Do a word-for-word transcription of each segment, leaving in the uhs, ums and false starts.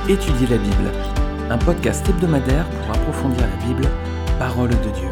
Étudier la Bible, un podcast hebdomadaire pour approfondir la Bible, parole de Dieu.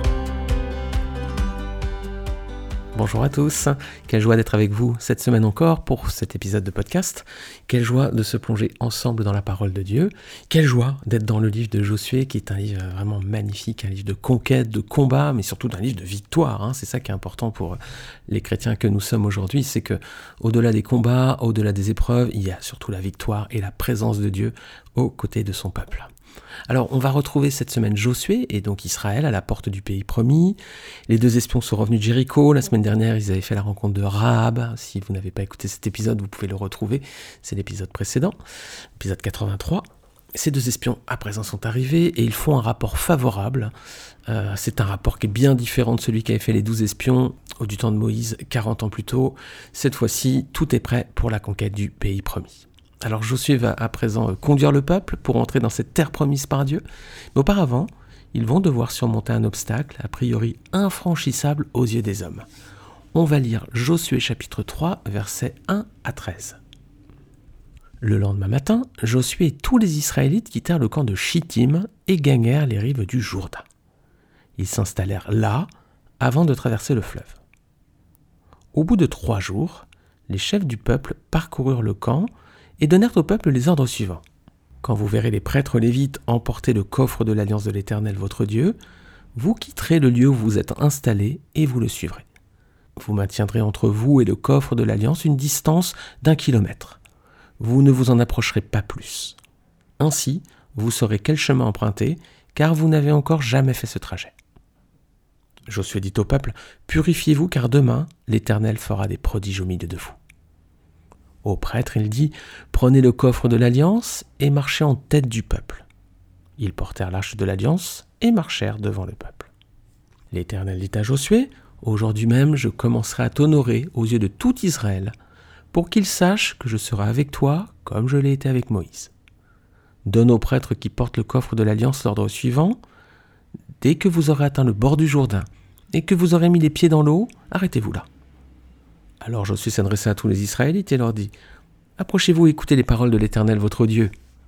Bonjour à tous, quelle joie d'être avec vous cette semaine encore pour cet épisode de podcast. Quelle joie de se plonger ensemble dans la parole de Dieu. Quelle joie d'être dans le livre de Josué qui est un livre vraiment magnifique, un livre de conquête, de combat, mais surtout un livre de victoire. Hein. C'est ça qui est important pour les chrétiens que nous sommes aujourd'hui, c'est que au-delà des combats, au-delà des épreuves, il y a surtout la victoire et la présence de Dieu aux côtés de son peuple. Alors, on va retrouver cette semaine Josué et donc Israël à la porte du pays promis. Les deux espions sont revenus de Jéricho. La semaine dernière, ils avaient fait la rencontre de Rahab. Si vous n'avez pas écouté cet épisode, vous pouvez le retrouver. C'est l'épisode précédent, l'épisode quatre-vingt-trois. Ces deux espions, à présent, sont arrivés et ils font un rapport favorable. Euh, c'est un rapport qui est bien différent de celui qu'avaient fait les douze espions au du temps de Moïse, quarante ans plus tôt. Cette fois-ci, tout est prêt pour la conquête du pays promis. Alors Josué va à présent conduire le peuple pour entrer dans cette terre promise par Dieu. Mais auparavant, ils vont devoir surmonter un obstacle, a priori infranchissable aux yeux des hommes. On va lire Josué chapitre trois, versets un à treize. Le lendemain matin, Josué et tous les Israélites quittèrent le camp de Chittim et gagnèrent les rives du Jourdain. Ils s'installèrent là avant de traverser le fleuve. Au bout de trois jours, les chefs du peuple parcoururent le camp et donnèrent au peuple les ordres suivants. Quand vous verrez les prêtres lévites emporter le coffre de l'alliance de l'Éternel votre Dieu, vous quitterez le lieu où vous êtes installés et vous le suivrez. Vous maintiendrez entre vous et le coffre de l'alliance une distance d'un kilomètre. Vous ne vous en approcherez pas plus. Ainsi, vous saurez quel chemin emprunter, car vous n'avez encore jamais fait ce trajet. Josué dit au peuple, « Purifiez-vous, car demain, l'Éternel fera des prodiges au milieu de vous. » Au prêtre, il dit « Prenez le coffre de l'Alliance et marchez en tête du peuple. » Ils portèrent l'arche de l'Alliance et marchèrent devant le peuple. L'Éternel dit à Josué « Aujourd'hui même, je commencerai à t'honorer aux yeux de tout Israël, pour qu'ils sachent que je serai avec toi comme je l'ai été avec Moïse. Donne aux prêtres qui portent le coffre de l'Alliance l'ordre suivant. Dès que vous aurez atteint le bord du Jourdain et que vous aurez mis les pieds dans l'eau, arrêtez-vous là. » Alors Josué s'adressa à tous les Israélites et leur dit « Approchez-vous et écoutez les paroles de l'Éternel votre Dieu.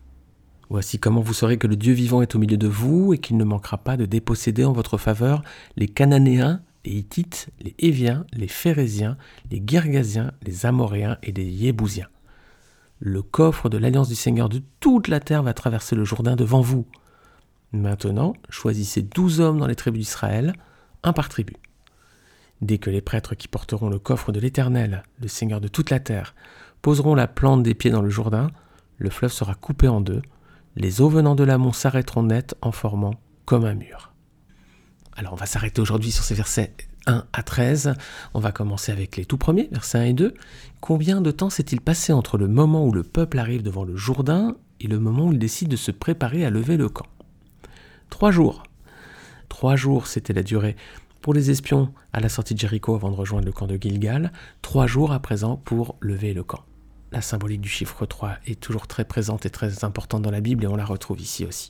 Voici comment vous saurez que le Dieu vivant est au milieu de vous et qu'il ne manquera pas de déposséder en votre faveur les Cananéens, les Hittites, les Héviens, les Phéréziens, les Girgasiens, les Amoréens et les Yébousiens. Le coffre de l'alliance du Seigneur de toute la terre va traverser le Jourdain devant vous. Maintenant, choisissez douze hommes dans les tribus d'Israël, un par tribu. Dès que les prêtres qui porteront le coffre de l'Éternel, le Seigneur de toute la terre, poseront la plante des pieds dans le Jourdain, le fleuve sera coupé en deux, les eaux venant de l'amont s'arrêteront net en formant comme un mur. » Alors on va s'arrêter aujourd'hui sur ces versets un à treize. On va commencer avec les tout premiers, versets un et deux. Combien de temps s'est-il passé entre le moment où le peuple arrive devant le Jourdain et le moment où il décide de se préparer à lever le camp ? Trois jours. Trois jours, c'était la durée pour les espions à la sortie de Jéricho avant de rejoindre le camp de Gilgal, trois jours à présent pour lever le camp. La symbolique du chiffre trois est toujours très présente et très importante dans la Bible et on la retrouve ici aussi.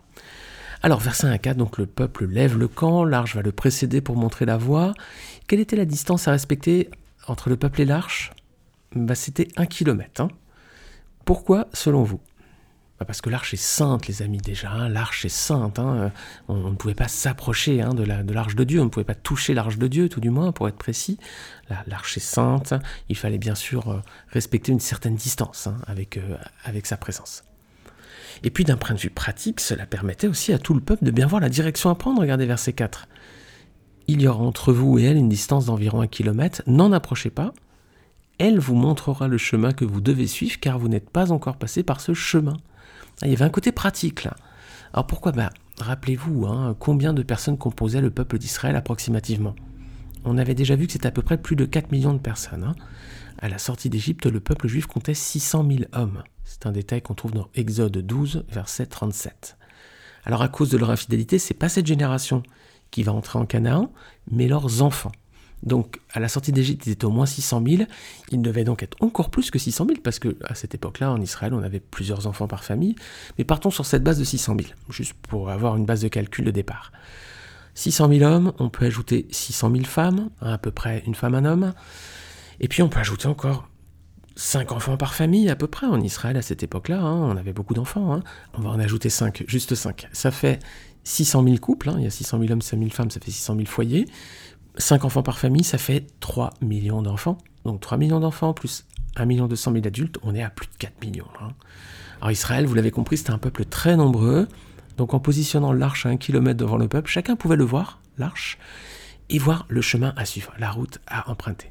Alors, verset un à quatre, donc le peuple lève le camp, l'arche va le précéder pour montrer la voie. Quelle était la distance à respecter entre le peuple et l'arche ? Bah, c'était un kilomètre. Hein. Pourquoi, selon vous ? Parce que l'arche est sainte, les amis, déjà. Hein, l'arche est sainte. Hein, on, on ne pouvait pas s'approcher hein, de, la, de l'arche de Dieu. On ne pouvait pas toucher l'arche de Dieu, tout du moins, pour être précis. La, l'arche est sainte. Il fallait bien sûr euh, respecter une certaine distance hein, avec, euh, avec sa présence. Et puis, d'un point de vue pratique, cela permettait aussi à tout le peuple de bien voir la direction à prendre. Regardez verset quatre. « Il y aura entre vous et elle une distance d'environ un kilomètre. N'en approchez pas. Elle vous montrera le chemin que vous devez suivre, car vous n'êtes pas encore passé par ce chemin. » Il y avait un côté pratique là. Alors pourquoi ? Bah, rappelez-vous, hein, combien de personnes composaient le peuple d'Israël approximativement ? On avait déjà vu que c'était à peu près plus de quatre millions de personnes. Hein. À la sortie d'Égypte, le peuple juif comptait six cent mille hommes. C'est un détail qu'on trouve dans Exode douze, verset trente-sept. Alors à cause de leur infidélité, c'est pas cette génération qui va entrer en Canaan, mais leurs enfants. Donc, à la sortie d'Égypte, ils étaient au moins six cent mille. Ils devaient donc être encore plus que six cent mille, parce qu'à cette époque-là, en Israël, on avait plusieurs enfants par famille. Mais partons sur cette base de six cent mille, juste pour avoir une base de calcul de départ. six cent mille hommes, on peut ajouter six cent mille femmes, à peu près une femme, un homme. Et puis, on peut ajouter encore cinq enfants par famille à peu près en Israël à cette époque-là, hein, on avait beaucoup d'enfants, hein. On va en ajouter cinq, juste cinq. Ça fait six cent mille couples, hein. Il y a six cent mille hommes, six cent mille femmes, ça fait six cent mille foyers. cinq enfants par famille, ça fait trois millions d'enfants. Donc trois millions d'enfants plus un million deux cent mille adultes, on est à plus de quatre millions. Hein. Alors Israël, vous l'avez compris, c'était un peuple très nombreux. Donc en positionnant l'arche à un kilomètre devant le peuple, chacun pouvait le voir, l'arche, et voir le chemin à suivre, la route à emprunter.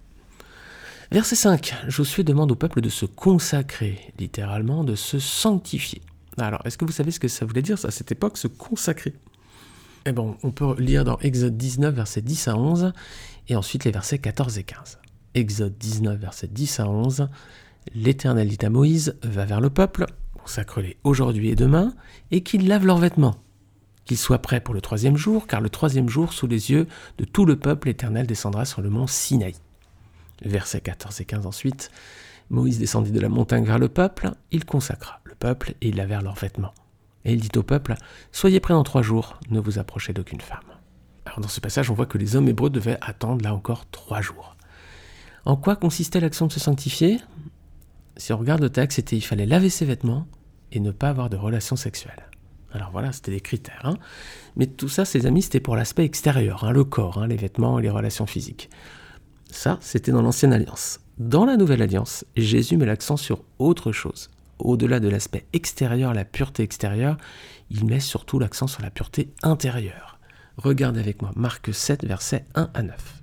Verset cinq, Josué demande au peuple de se consacrer, littéralement de se sanctifier. Alors, est-ce que vous savez ce que ça voulait dire à cette époque, se consacrer ? Eh bien, on peut lire dans Exode dix-neuf, versets dix à onze, et ensuite les versets quatorze et quinze. Exode dix-neuf, versets dix à onze, l'Éternel dit à Moïse, va vers le peuple, consacre-les aujourd'hui et demain, et qu'ils lavent leurs vêtements, qu'ils soient prêts pour le troisième jour, car le troisième jour, sous les yeux de tout le peuple, l'Éternel descendra sur le mont Sinaï. Versets quatorze et quinze ensuite, Moïse descendit de la montagne vers le peuple, il consacra le peuple et ils lavèrent leurs vêtements. Et il dit au peuple, soyez prêts dans trois jours, ne vous approchez d'aucune femme. Alors dans ce passage, on voit que les hommes hébreux devaient attendre là encore trois jours. En quoi consistait l'action de se sanctifier ? Si on regarde le texte, c'était il fallait laver ses vêtements et ne pas avoir de relations sexuelles. Alors voilà, c'était des critères. Hein. Mais tout ça, ses amis, c'était pour l'aspect extérieur, hein, le corps, hein, les vêtements et les relations physiques. Ça, c'était dans l'Ancienne Alliance. Dans la Nouvelle Alliance, Jésus met l'accent sur autre chose. Au-delà de l'aspect extérieur, la pureté extérieure, il met surtout l'accent sur la pureté intérieure. Regardez avec moi Marc sept, versets un à neuf.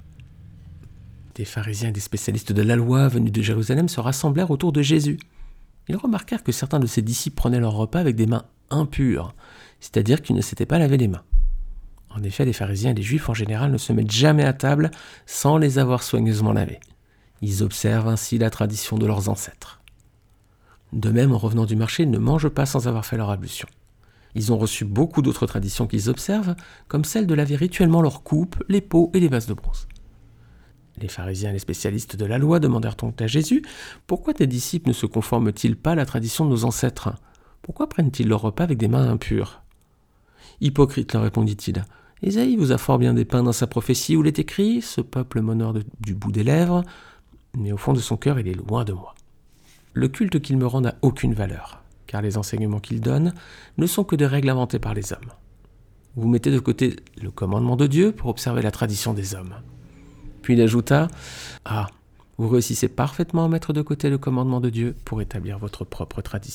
Des pharisiens et des spécialistes de la loi venus de Jérusalem se rassemblèrent autour de Jésus. Ils remarquèrent que certains de ses disciples prenaient leur repas avec des mains impures, c'est-à-dire qu'ils ne s'étaient pas lavé les mains. En effet, les pharisiens et les juifs en général ne se mettent jamais à table sans les avoir soigneusement lavés. Ils observent ainsi la tradition de leurs ancêtres. De même, en revenant du marché, ils ne mangent pas sans avoir fait leur ablution. Ils ont reçu beaucoup d'autres traditions qu'ils observent, comme celle de laver rituellement leurs coupes, les pots et les vases de bronze. Les pharisiens et les spécialistes de la loi demandèrent donc à Jésus « Pourquoi tes disciples ne se conforment-ils pas à la tradition de nos ancêtres ? Pourquoi prennent-ils leur repas avec des mains impures ?» « Hypocrite, leur répondit-il, Ésaïe vous a fort bien dépeint dans sa prophétie où il est écrit « Ce peuple m'honore de, du bout des lèvres, mais au fond de son cœur, il est loin de moi. » Le culte qu'il me rend n'a aucune valeur, car les enseignements qu'il donne ne sont que des règles inventées par les hommes. Vous mettez de côté le commandement de Dieu pour observer la tradition des hommes. Puis il ajouta « Ah, vous réussissez parfaitement à mettre de côté le commandement de Dieu pour établir votre propre tradition. »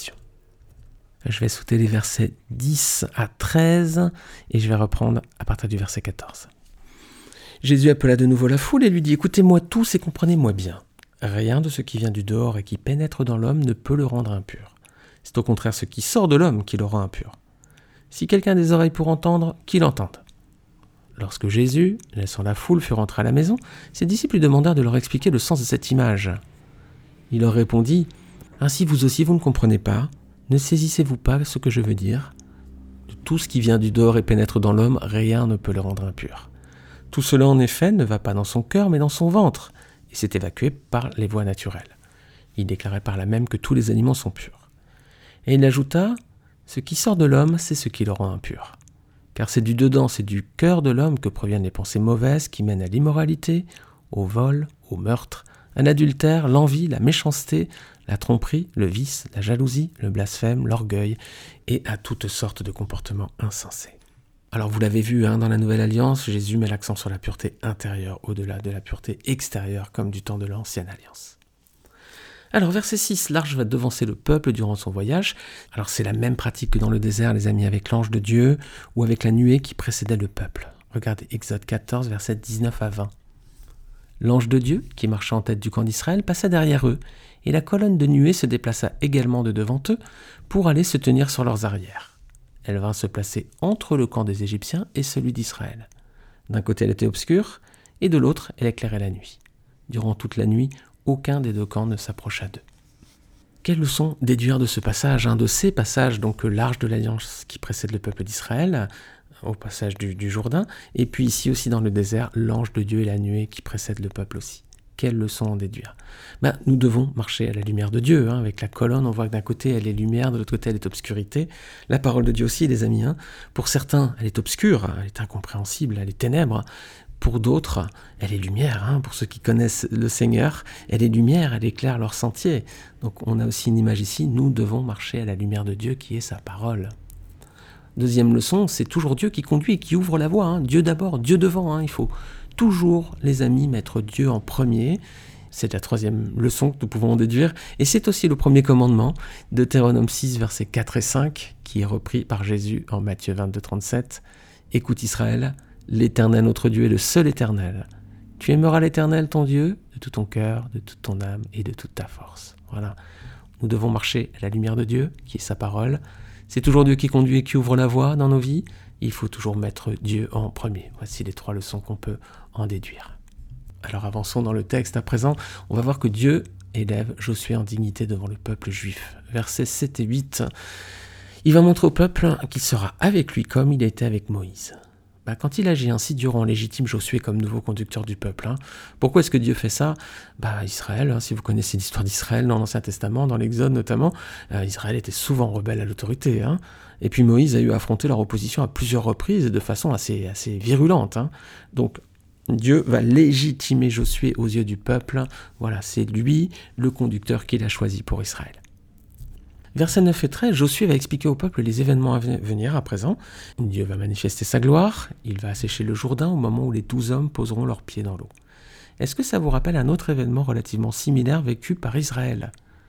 Je vais sauter les versets dix à treize et je vais reprendre à partir du verset quatorze. Jésus appela de nouveau la foule et lui dit « Écoutez-moi tous et comprenez-moi bien. Rien de ce qui vient du dehors et qui pénètre dans l'homme ne peut le rendre impur. C'est au contraire ce qui sort de l'homme qui le rend impur. Si quelqu'un a des oreilles pour entendre, qu'il entende. » Lorsque Jésus, laissant la foule, fut rentré à la maison, ses disciples lui demandèrent de leur expliquer le sens de cette image. Il leur répondit « Ainsi vous aussi vous ne comprenez pas. Ne saisissez-vous pas ce que je veux dire ? De tout ce qui vient du dehors et pénètre dans l'homme, rien ne peut le rendre impur. Tout cela en effet ne va pas dans son cœur mais dans son ventre, et s'est évacué par les voies naturelles. Il déclarait par là même que tous les aliments sont purs. Et il ajouta, « Ce qui sort de l'homme, c'est ce qui le rend impur. Car c'est du dedans, c'est du cœur de l'homme que proviennent les pensées mauvaises qui mènent à l'immoralité, au vol, au meurtre, à l'adultère, l'envie, la méchanceté, la tromperie, le vice, la jalousie, le blasphème, l'orgueil et à toutes sortes de comportements insensés. » Alors vous l'avez vu, hein, dans la Nouvelle Alliance, Jésus met l'accent sur la pureté intérieure au-delà de la pureté extérieure comme du temps de l'Ancienne Alliance. Alors verset six, l'arche va devancer le peuple durant son voyage. Alors c'est la même pratique que dans le désert, les amis, avec l'ange de Dieu ou avec la nuée qui précédait le peuple. Regardez Exode quatorze, versets dix-neuf à vingt. L'ange de Dieu, qui marchait en tête du camp d'Israël, passa derrière eux, et la colonne de nuée se déplaça également de devant eux pour aller se tenir sur leurs arrières. Elle vint se placer entre le camp des Égyptiens et celui d'Israël. D'un côté, elle était obscure, et de l'autre, elle éclairait la nuit. Durant toute la nuit, aucun des deux camps ne s'approcha d'eux. Quelle leçon déduire de ce passage, hein, de ces passages, donc l'arche de l'Alliance qui précède le peuple d'Israël, au passage du, du Jourdain, et puis ici aussi dans le désert, l'ange de Dieu et la nuée qui précèdent le peuple aussi. Quelle leçon en déduire? Ben, nous devons marcher à la lumière de Dieu. Hein. Avec la colonne, on voit que d'un côté, elle est lumière, de l'autre côté, elle est obscurité. La parole de Dieu aussi, les amis. Hein. Pour certains, elle est obscure, elle est incompréhensible, elle est ténèbres. Pour d'autres, elle est lumière. Hein. Pour ceux qui connaissent le Seigneur, elle est lumière, elle éclaire leur sentier. Donc on a aussi une image ici, nous devons marcher à la lumière de Dieu qui est sa parole. Deuxième leçon, c'est toujours Dieu qui conduit et qui ouvre la voie. Hein. Dieu d'abord, Dieu devant. Hein. Il faut toujours, les amis, mettre Dieu en premier. C'est la troisième leçon que nous pouvons en déduire. Et c'est aussi le premier commandement, Deutéronome six, versets quatre et cinq, qui est repris par Jésus en Matthieu vingt-deux, trente-sept. « Écoute Israël, l'Éternel notre Dieu est le seul Éternel. Tu aimeras l'Éternel ton Dieu de tout ton cœur, de toute ton âme et de toute ta force. » Voilà. Nous devons marcher à la lumière de Dieu, qui est sa parole. C'est toujours Dieu qui conduit et qui ouvre la voie dans nos vies. Il faut toujours mettre Dieu en premier. Voici les trois leçons qu'on peut en déduire. Alors avançons dans le texte à présent. On va voir que Dieu élève Josué en dignité devant le peuple juif. Versets sept et huit. Il va montrer au peuple qu'il sera avec lui comme il a été avec Moïse. Bah, quand il agit ainsi, Dieu rend légitime Josué comme nouveau conducteur du peuple. Hein. Pourquoi est-ce que Dieu fait ça? Bah, Israël, hein, si vous connaissez l'histoire d'Israël dans l'Ancien Testament, dans l'Exode notamment, euh, Israël était souvent rebelle à l'autorité. Hein. Et puis Moïse a eu à affronter leur opposition à plusieurs reprises et de façon assez, assez virulente. Hein. Donc Dieu va légitimer Josué aux yeux du peuple. Voilà, c'est lui le conducteur qu'il a choisi pour Israël. Versets neuf et treize, Josué va expliquer au peuple les événements à venir à présent. Dieu va manifester sa gloire, il va assécher le Jourdain au moment où les douze hommes poseront leurs pieds dans l'eau. Est-ce que ça vous rappelle un autre événement relativement similaire vécu par Israël?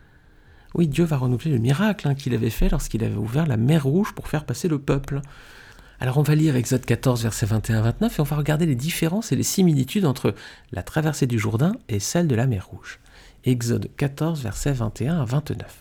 Oui, Dieu va renouveler le miracle hein, qu'il avait fait lorsqu'il avait ouvert la mer Rouge pour faire passer le peuple. Alors on va lire Exode quatorze, versets vingt et un à vingt-neuf, et on va regarder les différences et les similitudes entre la traversée du Jourdain et celle de la mer Rouge. Exode quatorze, versets vingt et un à vingt-neuf.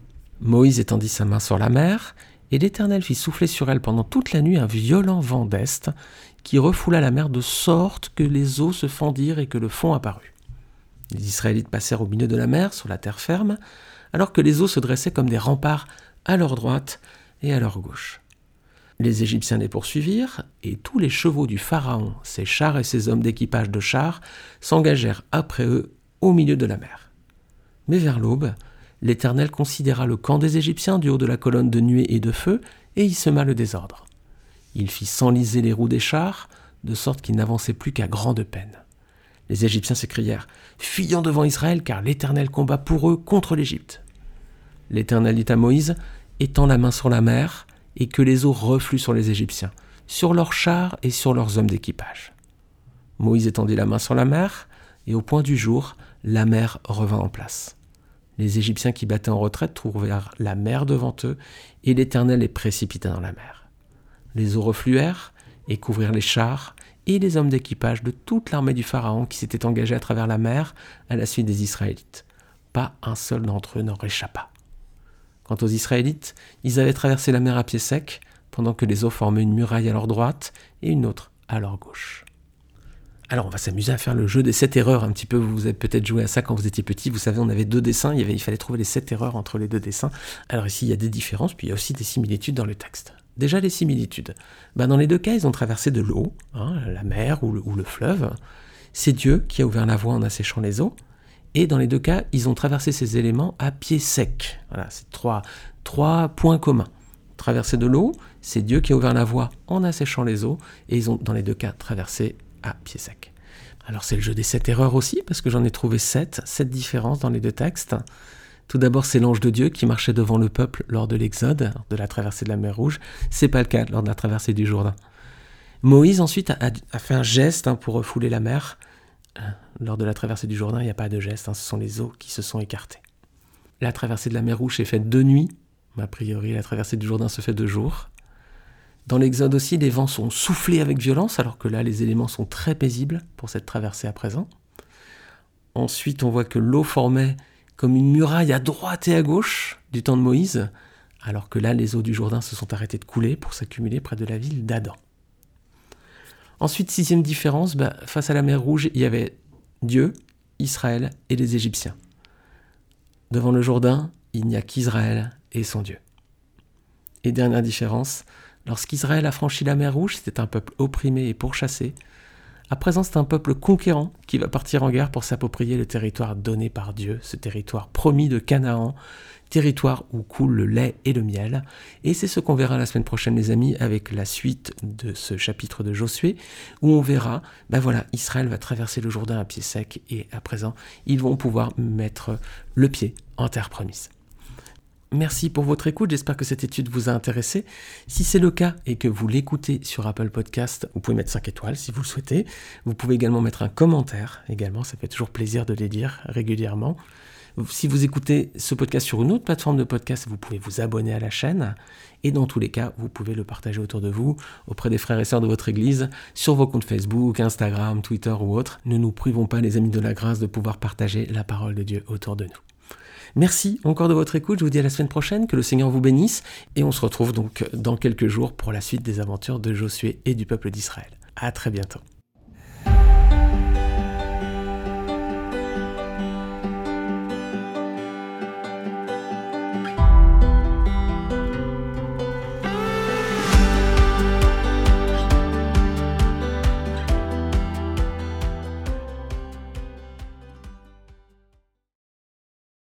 Moïse étendit sa main sur la mer, et l'Éternel fit souffler sur elle pendant toute la nuit un violent vent d'est, qui refoula la mer de sorte que les eaux se fendirent et que le fond apparut. Les Israélites passèrent au milieu de la mer, sur la terre ferme, alors que les eaux se dressaient comme des remparts à leur droite et à leur gauche. Les Égyptiens les poursuivirent, et tous les chevaux du Pharaon, ses chars et ses hommes d'équipage de chars, s'engagèrent après eux au milieu de la mer. Mais vers l'aube, l'Éternel considéra le camp des Égyptiens du haut de la colonne de nuée et de feu, et y sema le désordre. Il fit s'enliser les roues des chars, de sorte qu'ils n'avançaient plus qu'à grande peine. Les Égyptiens s'écrièrent « Fuyons devant Israël, car l'Éternel combat pour eux contre l'Égypte. » L'Éternel dit à Moïse « Étends la main sur la mer, et que les eaux refluent sur les Égyptiens, sur leurs chars et sur leurs hommes d'équipage. » Moïse étendit la main sur la mer, et au point du jour, la mer revint en place. Les Égyptiens qui battaient en retraite trouvèrent la mer devant eux, et l'Éternel les précipita dans la mer. Les eaux refluèrent et couvrirent les chars et les hommes d'équipage de toute l'armée du Pharaon qui s'était engagée à travers la mer à la suite des Israélites. Pas un seul d'entre eux n'en réchappa. Quant aux Israélites, ils avaient traversé la mer à pied sec, pendant que les eaux formaient une muraille à leur droite et une autre à leur gauche. Alors on va s'amuser à faire le jeu des sept erreurs un petit peu, vous avez peut-être joué à ça quand vous étiez petit, vous savez on avait deux dessins, il, y avait, il fallait trouver les sept erreurs entre les deux dessins. Alors ici il y a des différences, puis il y a aussi des similitudes dans le texte. Déjà les similitudes, ben, dans les deux cas ils ont traversé de l'eau, hein, la mer ou le, ou le fleuve, c'est Dieu qui a ouvert la voie en asséchant les eaux, et dans les deux cas ils ont traversé ces éléments à pied sec. Voilà, c'est trois, trois points communs. Traverser de l'eau, c'est Dieu qui a ouvert la voie en asséchant les eaux, et ils ont dans les deux cas traversé à pied sec. Alors c'est le jeu des sept erreurs aussi, parce que j'en ai trouvé sept, sept différences dans les deux textes. Tout d'abord, c'est l'ange de Dieu qui marchait devant le peuple lors de l'Exode, de la traversée de la mer Rouge. C'est pas le cas lors de la traversée du Jourdain. Moïse ensuite a, a, a fait un geste hein, pour refouler la mer. Lors de la traversée du Jourdain, il n'y a pas de geste, hein, ce sont les eaux qui se sont écartées. La traversée de la mer Rouge s'est faite de nuit. A priori, la traversée du Jourdain se fait de jour. Dans l'Exode aussi, les vents sont soufflés avec violence, alors que là, les éléments sont très paisibles pour cette traversée à présent. Ensuite, on voit que l'eau formait comme une muraille à droite et à gauche du temps de Moïse, alors que là, les eaux du Jourdain se sont arrêtées de couler pour s'accumuler près de la ville d'Adam. Ensuite, sixième différence, bah, face à la mer Rouge, il y avait Dieu, Israël et les Égyptiens. Devant le Jourdain, il n'y a qu'Israël et son Dieu. Et dernière différence, lorsqu'Israël a franchi la mer Rouge, c'était un peuple opprimé et pourchassé, À présent, c'est un peuple conquérant qui va partir en guerre pour s'approprier le territoire donné par Dieu, ce territoire promis de Canaan, territoire où coule le lait et le miel. Et c'est ce qu'on verra la semaine prochaine, les amis, avec la suite de ce chapitre de Josué, où on verra, ben voilà, Israël va traverser le Jourdain à pied sec, et à présent, ils vont pouvoir mettre le pied en terre promise. Merci pour votre écoute, j'espère que cette étude vous a intéressé. Si c'est le cas et que vous l'écoutez sur Apple Podcast, vous pouvez mettre cinq étoiles si vous le souhaitez. Vous pouvez également mettre un commentaire, également, ça fait toujours plaisir de les lire régulièrement. Si vous écoutez ce podcast sur une autre plateforme de podcast, vous pouvez vous abonner à la chaîne. Et dans tous les cas, vous pouvez le partager autour de vous, auprès des frères et sœurs de votre église, sur vos comptes Facebook, Instagram, Twitter ou autres. Ne nous privons pas, les amis de la grâce, de pouvoir partager la parole de Dieu autour de nous. Merci encore de votre écoute, je vous dis à la semaine prochaine, que le Seigneur vous bénisse, et on se retrouve donc dans quelques jours pour la suite des aventures de Josué et du peuple d'Israël. À très bientôt.